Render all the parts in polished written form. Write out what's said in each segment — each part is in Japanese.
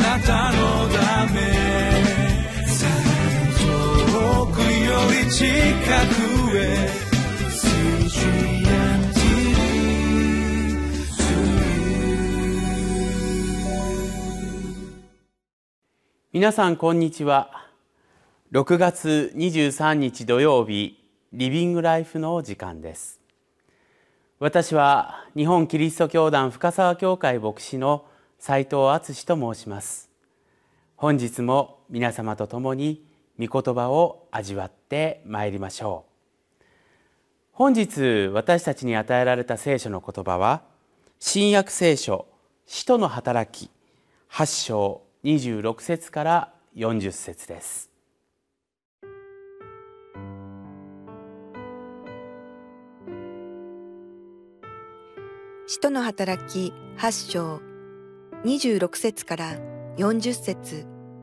なたのため遠くより近くへ皆さんこんにちは。6月23日土曜日、リビングライフの時間です。私は日本キリスト教団深沢教会牧師の斉藤敦と申します。本日も皆様と共に御言葉を味わってまいりましょう。本日私たちに与えられた聖書の言葉は、新約聖書使徒の働き8章26節から40節です。 使徒の働き8章26節から40節。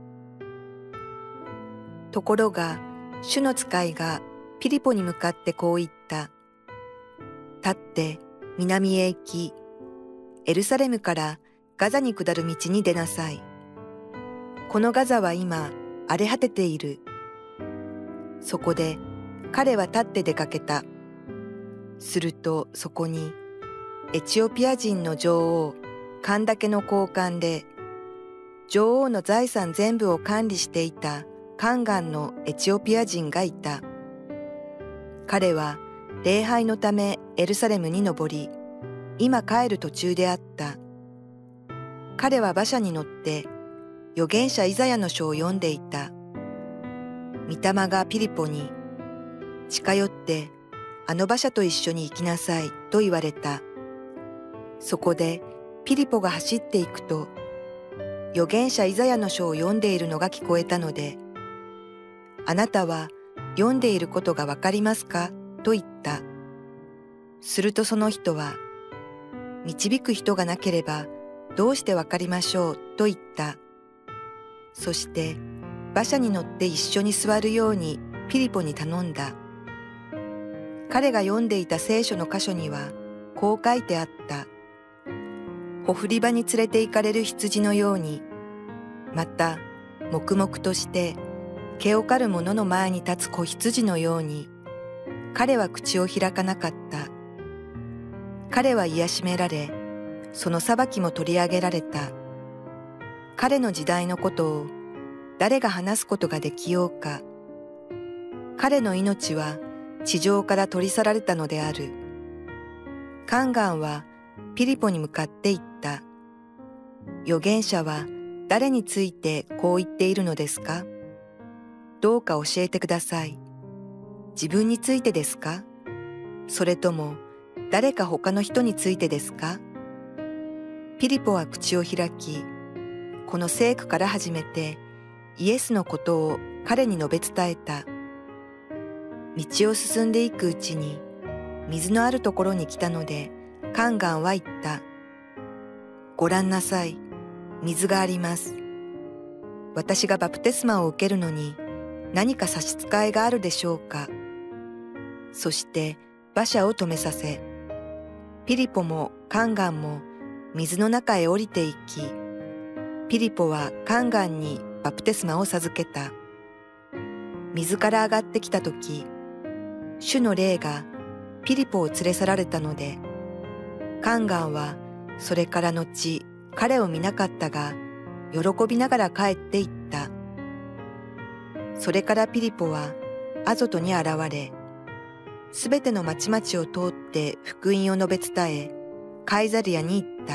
ところが主の使いがピリポに向かってこう言った。立って南へ行き、エルサレムからガザに下る道に出なさい。このガザは今荒れ果てている。そこで彼は立って出かけた。するとそこにエチオピア人の女王カンダケの高官で、女王の財産全部を管理していたカンガンのエチオピア人がいた。彼は礼拝のためエルサレムに登り、今帰る途中であった。彼は馬車に乗って預言者イザヤの書を読んでいた。御霊がピリポに、近寄ってあの馬車と一緒に行きなさいと言われた。そこでピリポが走っていくと、預言者イザヤの書を読んでいるのが聞こえたので、あなたは読んでいることがわかりますかと言った。するとその人は、導く人がなければどうしてわかりましょうと言った。そして馬車に乗って一緒に座るようにピリポに頼んだ。彼が読んでいた聖書の箇所にはこう書いてあった。ほふり場に連れて行かれる羊のように、また黙々として毛を刈る者の前に立つ子羊のように、彼は口を開かなかった。彼は癒しめられ、その裁きも取り上げられた。彼の時代のことを誰が話すことができようか。彼の命は地上から取り去られたのである。カンガンはピリポに向かって言った。預言者は誰についてこう言っているのですか？どうか教えてください。自分についてですか？それとも誰か他の人についてですか？ピリポは口を開き、この聖句から始めてイエスのことを彼に述べ伝えた。道を進んでいくうちに水のあるところに来たので、カンガンは言った。ご覧なさい、水があります。私がバプテスマを受けるのに何か差し支えがあるでしょうか。そして馬車を止めさせ、ピリポもカンガンも水の中へ降りていき、ピリポはカンガンにバプテスマを授けた。水から上がってきたとき、主の霊がピリポを連れ去られたので、カンガンはそれから後彼を見なかったが、喜びながら帰っていった。それからピリポはアゾトに現れ、すべての町々を通って福音を述べ伝え、カイザリアに行った。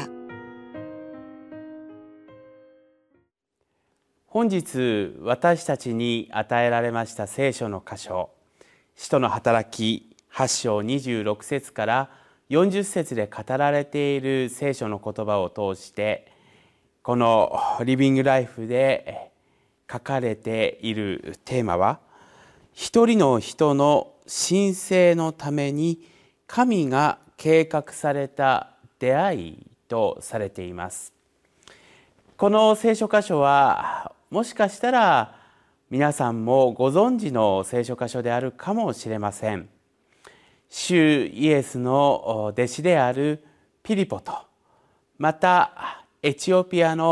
本日私たちに与えられました聖書の箇所、使徒の働き8章26節から40節で語られている聖書の言葉を通して、このリビングライフで書かれているテーマは、一人の人の神聖のために神が計画された出会いとされています。この聖書箇所はもしかしたら皆さんもご存知の聖書箇所であるかもしれません。主イエスの弟子であるピリポと、またエチオピアの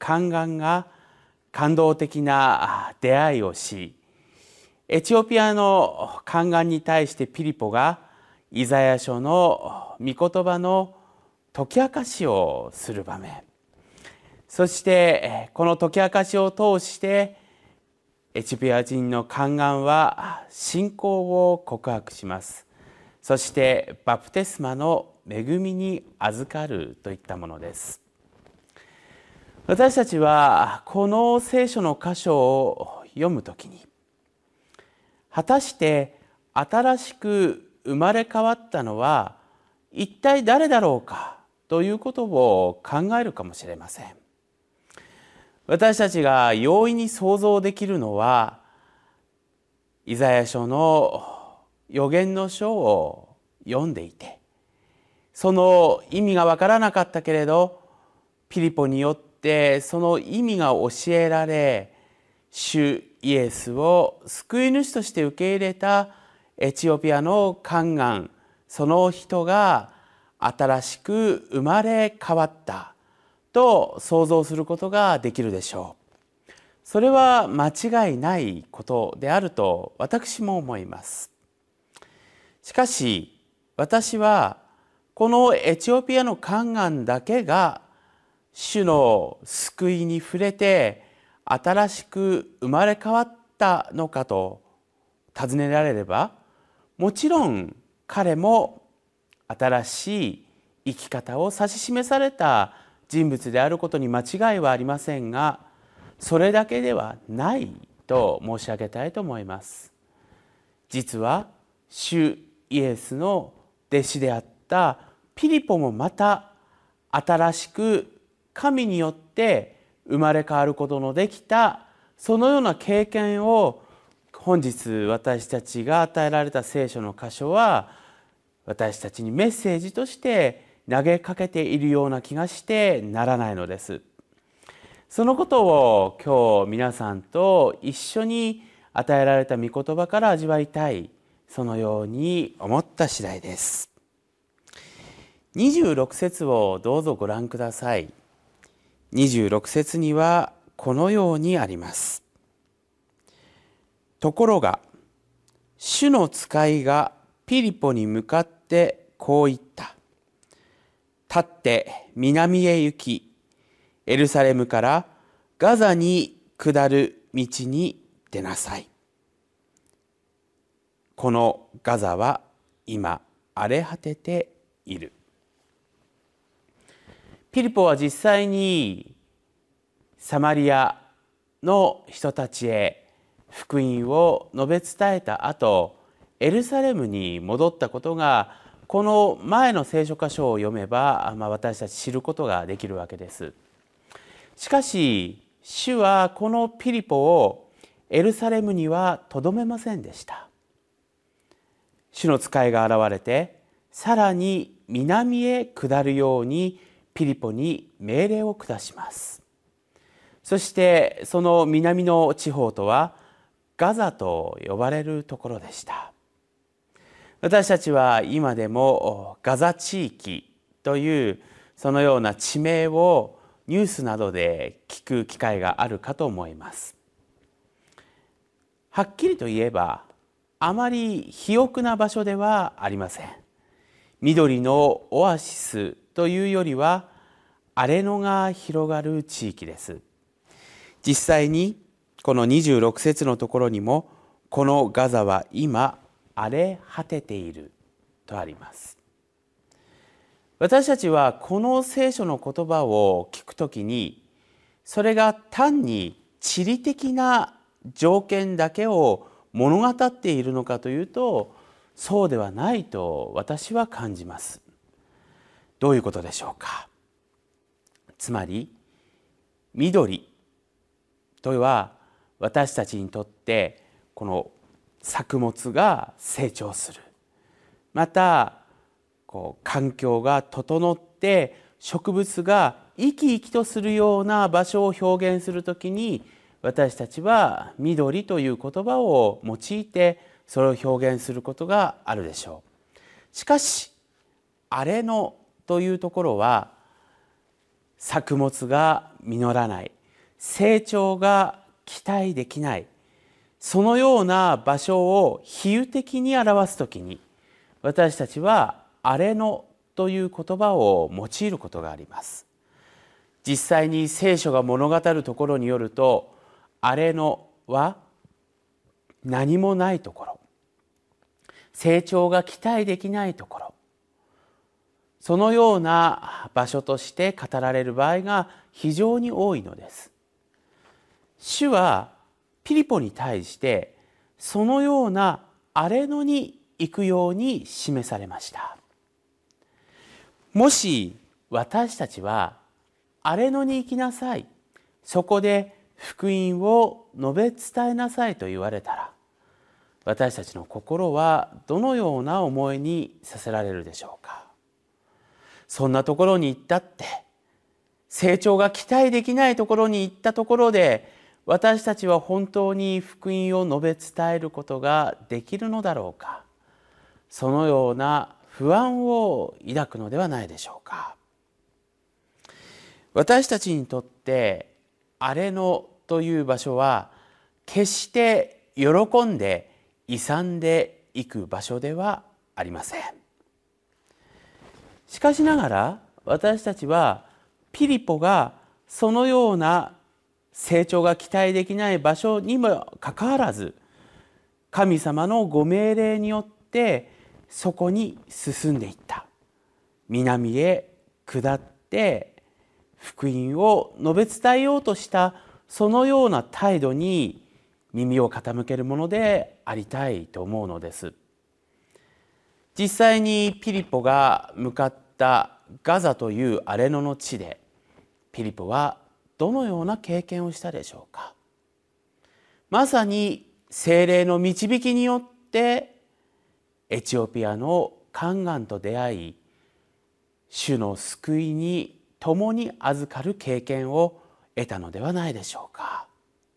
宦官が感動的な出会いをし、エチオピアの宦官に対してピリポがイザヤ書の御言葉の解き明かしをする場面、そしてこの解き明かしを通してエチオピア人の宦官は信仰を告白します。そしてバプテスマの恵みに預かるといったものです。私たちはこの聖書の箇所を読むときに、果たして新しく生まれ変わったのは一体誰だろうかということを考えるかもしれません。私たちが容易に想像できるのは、イザヤ書の預言の書を読んでいて、その意味がわからなかったけれど、ピリポによってその意味が教えられ、主イエスを救い主として受け入れたエチオピアの宦官、その人が新しく生まれ変わったと想像することができるでしょう。それは間違いないことであると私も思います。しかし私はこのエチオピアの宦官だけが主の救いに触れて新しく生まれ変わったのかと尋ねられれば、もちろん彼も新しい生き方を指し示された人物であることに間違いはありませんが、それだけではないと申し上げたいと思います。実は主イエスの弟子であったピリポもまた新しく神によって生まれ変わることのできた、そのような経験を本日私たちが与えられた聖書の箇所は私たちにメッセージとして投げかけているような気がしてならないのです。そのことを今日皆さんと一緒に与えられた御言葉から味わいたい、そのように思った次第です。26節をどうぞご覧ください。26節にはこのようにあります。ところが主の使いがピリポに向かってこう言った。立って南へ行き、エルサレムからガザに下る道に出なさい。このガザは今荒れ果てている。ピリポは実際にサマリアの人たちへ福音を述べ伝えた後、エルサレムに戻ったことがこの前の聖書箇所を読めば、私たち知ることができるわけです。しかし主はこのピリポをエルサレムにはとどめませんでした。主の使いが現れて、さらに南へ下るようにピリポに命令を下します。そしてその南の地方とはガザと呼ばれるところでした。私たちは今でもガザ地域というそのような地名をニュースなどで聞く機会があるかと思います。はっきりと言えばあまり肥沃な場所ではありません。緑のオアシスというよりは荒れ野が広がる地域です。実際にこの26節のところにも、このガザは今荒れ果てているとあります。私たちはこの聖書の言葉を聞くときに、それが単に地理的な条件だけを物語っているのかというと、そうではないと私は感じます。どういうことでしょうか。つまり緑とは私たちにとってこの作物が成長する、また環境が整って植物が生き生きとするような場所を表現するときに、私たちは緑という言葉を用いてそれを表現することがあるでしょう。しかし荒れ野というところは作物が実らない、成長が期待できない、そのような場所を比喩的に表すときに、私たちは荒れ野という言葉を用いることがあります。実際に聖書が物語るところによると、荒れ野は何もないところ、成長が期待できないところ、そのような場所として語られる場合が非常に多いのです。主はピリポに対してそのような荒れ野に行くように示されました。もし私たちは荒れ野に行きなさい、そこで福音を述べ伝えなさいと言われたら、私たちの心はどのような思いにさせられるでしょうか。そんなところに行ったって、成長が期待できないところに行ったところで、私たちは本当に福音を述べ伝えることができるのだろうか。そのような不安を抱くのではないでしょうか。私たちにとって荒れ野という場所は決して喜んで勇んでいく場所ではありません。しかしながら私たちはピリポがそのような成長が期待できない場所にもかかわらず、神様のご命令によってそこに進んでいった。南へ下って福音を述べ伝えようとしたそのような態度に耳を傾けるものでありたいと思うのです。実際にピリポが向かったガザという荒れ野の地で、ピリポはどのような経験をしたでしょうか。まさに聖霊の導きによってエチオピアの宦官と出会い、主の救いに共に預かる経験を得たのではないでしょうか。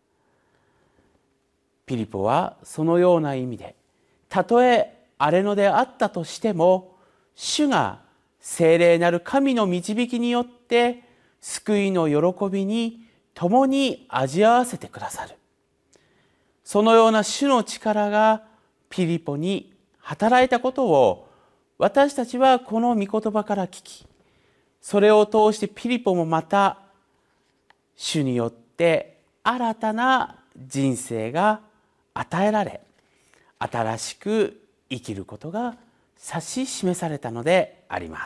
ピリポはそのような意味で、たとえ荒れ野であったとしても、主が聖霊なる神の導きによって救いの喜びに共に味わわせてくださる、そのような主の力がピリポに働いたことを私たちはこの御言葉から聞き、それを通してピリポもまた主によって新たな人生が与えられ、新しく生きることが指し示されたのであります。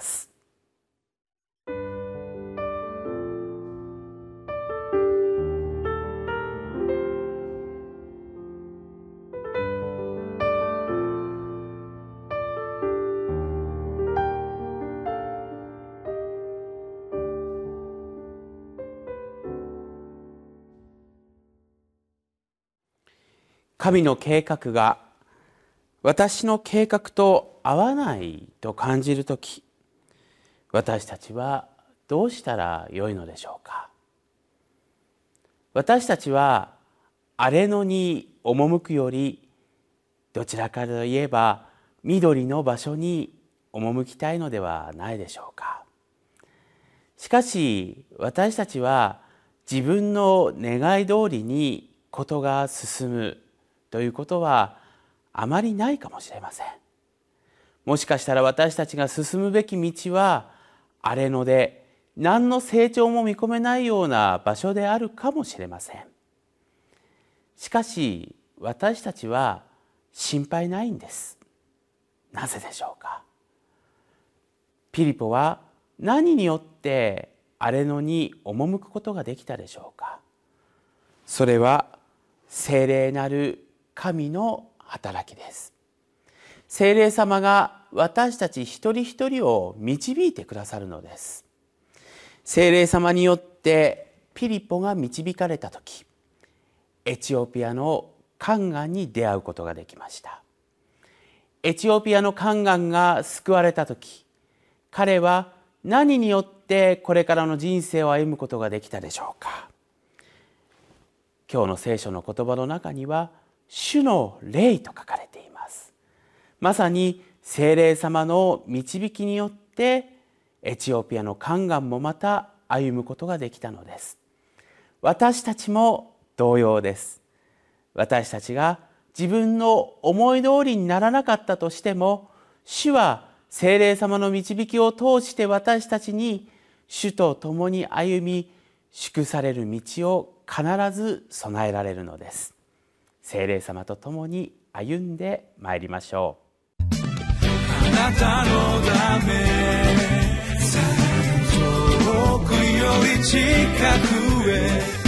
神の計画が私の計画と合わないと感じるとき、私たちはどうしたらよいのでしょうか。私たちは荒れ野に赴くより、どちらかといえば緑の場所に赴きたいのではないでしょうか。しかし私たちは自分の願い通りにことが進むということはあまりないかもしれません。もしかしたら私たちが進むべき道は荒れ野で何の成長も見込めないような場所であるかもしれません。しかし私たちは心配ないんです。なぜでしょうか。ピリポは何によって荒れ野に赴くことができたでしょうか。それは聖霊なる神の働きです。聖霊様が私たち一人一人を導いてくださるのです。聖霊様によってピリポが導かれたとき、エチオピアの宦官に出会うことができました。エチオピアの宦官が救われたとき、彼は何によってこれからの人生を歩むことができたでしょうか。今日の聖書の言葉の中には主の霊と書かれています。まさに聖霊様の導きによってエチオピアの宦官もまた歩むことができたのです。私たちも同様です。私たちが自分の思い通りにならなかったとしても、主は聖霊様の導きを通して私たちに主と共に歩み、祝される道を必ず備えられるのです。聖霊様と共に歩んでまいりましょう。 あなたのため遠くより近くへ